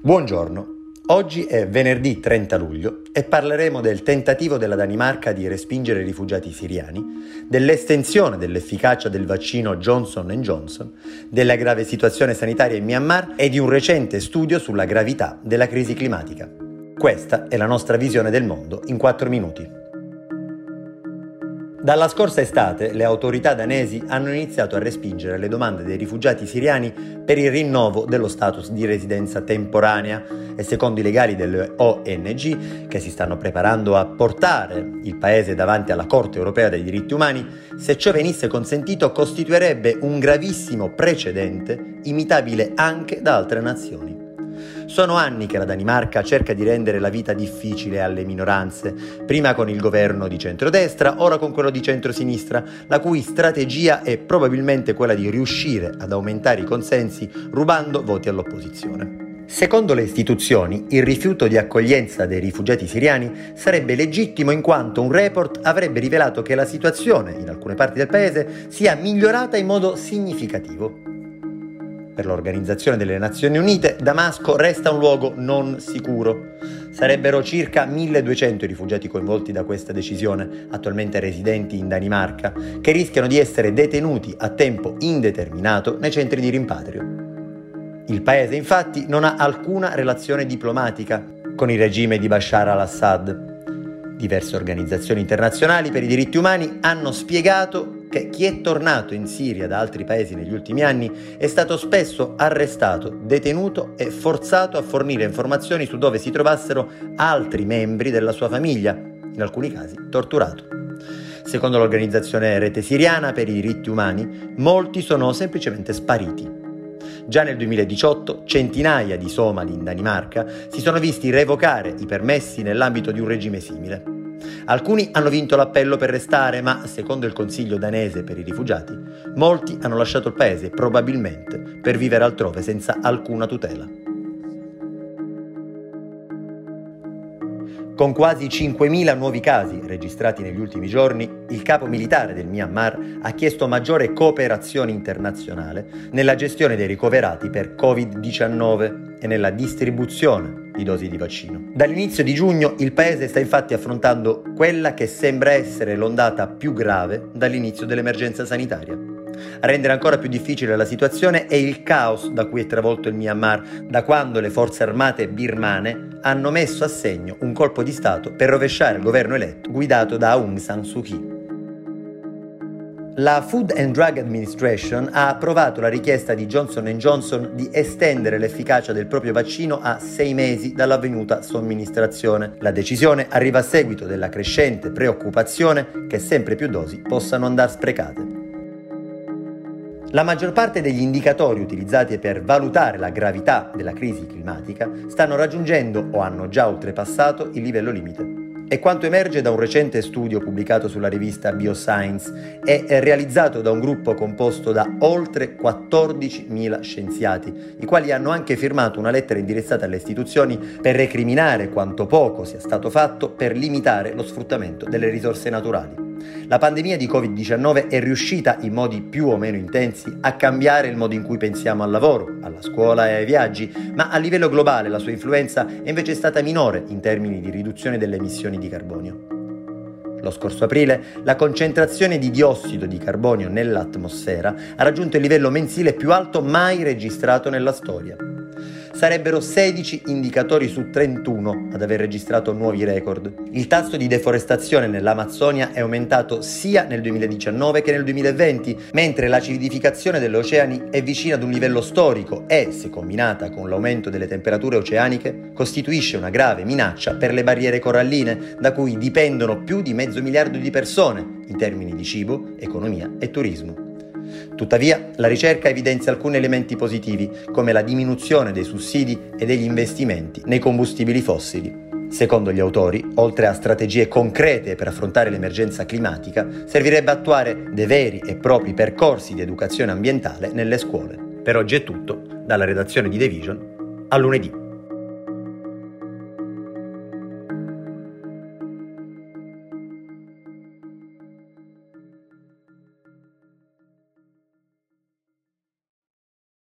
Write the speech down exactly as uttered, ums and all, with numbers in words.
Buongiorno, oggi è venerdì trenta luglio e parleremo del tentativo della Danimarca di respingere i rifugiati siriani, dell'estensione dell'efficacia del vaccino Johnson and Johnson, della grave situazione sanitaria in Myanmar e di un recente studio sulla gravità della crisi climatica. Questa è la nostra visione del mondo in quattro minuti. Dalla scorsa estate le autorità danesi hanno iniziato a respingere le domande dei rifugiati siriani per il rinnovo dello status di residenza temporanea e secondo i legali delle O N G che si stanno preparando a portare il paese davanti alla Corte europea dei diritti umani, se ciò venisse consentito costituirebbe un gravissimo precedente imitabile anche da altre nazioni. Sono anni che la Danimarca cerca di rendere la vita difficile alle minoranze, prima con il governo di centrodestra, ora con quello di centrosinistra, la cui strategia è probabilmente quella di riuscire ad aumentare i consensi rubando voti all'opposizione. Secondo le istituzioni, il rifiuto di accoglienza dei rifugiati siriani sarebbe legittimo in quanto un report avrebbe rivelato che la situazione in alcune parti del paese sia migliorata in modo significativo. Per l'Organizzazione delle Nazioni Unite, Damasco resta un luogo non sicuro. Sarebbero circa milleduecento i rifugiati coinvolti da questa decisione, attualmente residenti in Danimarca, che rischiano di essere detenuti a tempo indeterminato nei centri di rimpatrio. Il paese, infatti, non ha alcuna relazione diplomatica con il regime di Bashar al-Assad. Diverse organizzazioni internazionali per i diritti umani hanno spiegato che chi è tornato in Siria da altri paesi negli ultimi anni è stato spesso arrestato, detenuto e forzato a fornire informazioni su dove si trovassero altri membri della sua famiglia, in alcuni casi torturato. Secondo l'organizzazione Rete Siriana per i diritti umani, molti sono semplicemente spariti. Già nel duemiladiciotto centinaia di somali in Danimarca si sono visti revocare i permessi nell'ambito di un regime simile. Alcuni hanno vinto l'appello per restare, ma, secondo il Consiglio danese per i rifugiati, molti hanno lasciato il paese probabilmente per vivere altrove senza alcuna tutela. Con quasi cinquemila nuovi casi registrati negli ultimi giorni, il capo militare del Myanmar ha chiesto maggiore cooperazione internazionale nella gestione dei ricoverati per covid diciannove e nella distribuzione di dosi di vaccino. Dall'inizio di giugno il paese sta infatti affrontando quella che sembra essere l'ondata più grave dall'inizio dell'emergenza sanitaria. A rendere ancora più difficile la situazione è il caos da cui è travolto il Myanmar da quando le forze armate birmane hanno messo a segno un colpo di stato per rovesciare il governo eletto guidato da Aung San Suu Kyi. La Food and Drug Administration ha approvato la richiesta di Johnson and Johnson di estendere l'efficacia del proprio vaccino a sei mesi dall'avvenuta somministrazione. La decisione arriva a seguito della crescente preoccupazione che sempre più dosi possano andare sprecate. La maggior parte degli indicatori utilizzati per valutare la gravità della crisi climatica stanno raggiungendo o hanno già oltrepassato il livello limite. È quanto emerge da un recente studio pubblicato sulla rivista Bioscience e realizzato da un gruppo composto da oltre quattordicimila scienziati, i quali hanno anche firmato una lettera indirizzata alle istituzioni per recriminare quanto poco sia stato fatto per limitare lo sfruttamento delle risorse naturali. La pandemia di covid diciannove è riuscita in modi più o meno intensi a cambiare il modo in cui pensiamo al lavoro, alla scuola e ai viaggi, ma a livello globale la sua influenza è invece stata minore in termini di riduzione delle emissioni di carbonio. Lo scorso aprile la concentrazione di diossido di carbonio nell'atmosfera ha raggiunto il livello mensile più alto mai registrato nella storia. Sarebbero sedici indicatori su trentuno ad aver registrato nuovi record. Il tasso di deforestazione nell'Amazzonia è aumentato sia nel duemiladiciannove che nel duemilaventi, mentre l'acidificazione degli oceani è vicina ad un livello storico e, se combinata con l'aumento delle temperature oceaniche, costituisce una grave minaccia per le barriere coralline, da cui dipendono più di mezzo miliardo di persone in termini di cibo, economia e turismo. Tuttavia, la ricerca evidenzia alcuni elementi positivi, come la diminuzione dei sussidi e degli investimenti nei combustibili fossili. Secondo gli autori, oltre a strategie concrete per affrontare l'emergenza climatica, servirebbe attuare dei veri e propri percorsi di educazione ambientale nelle scuole. Per oggi è tutto, dalla redazione di The Vision, a lunedì.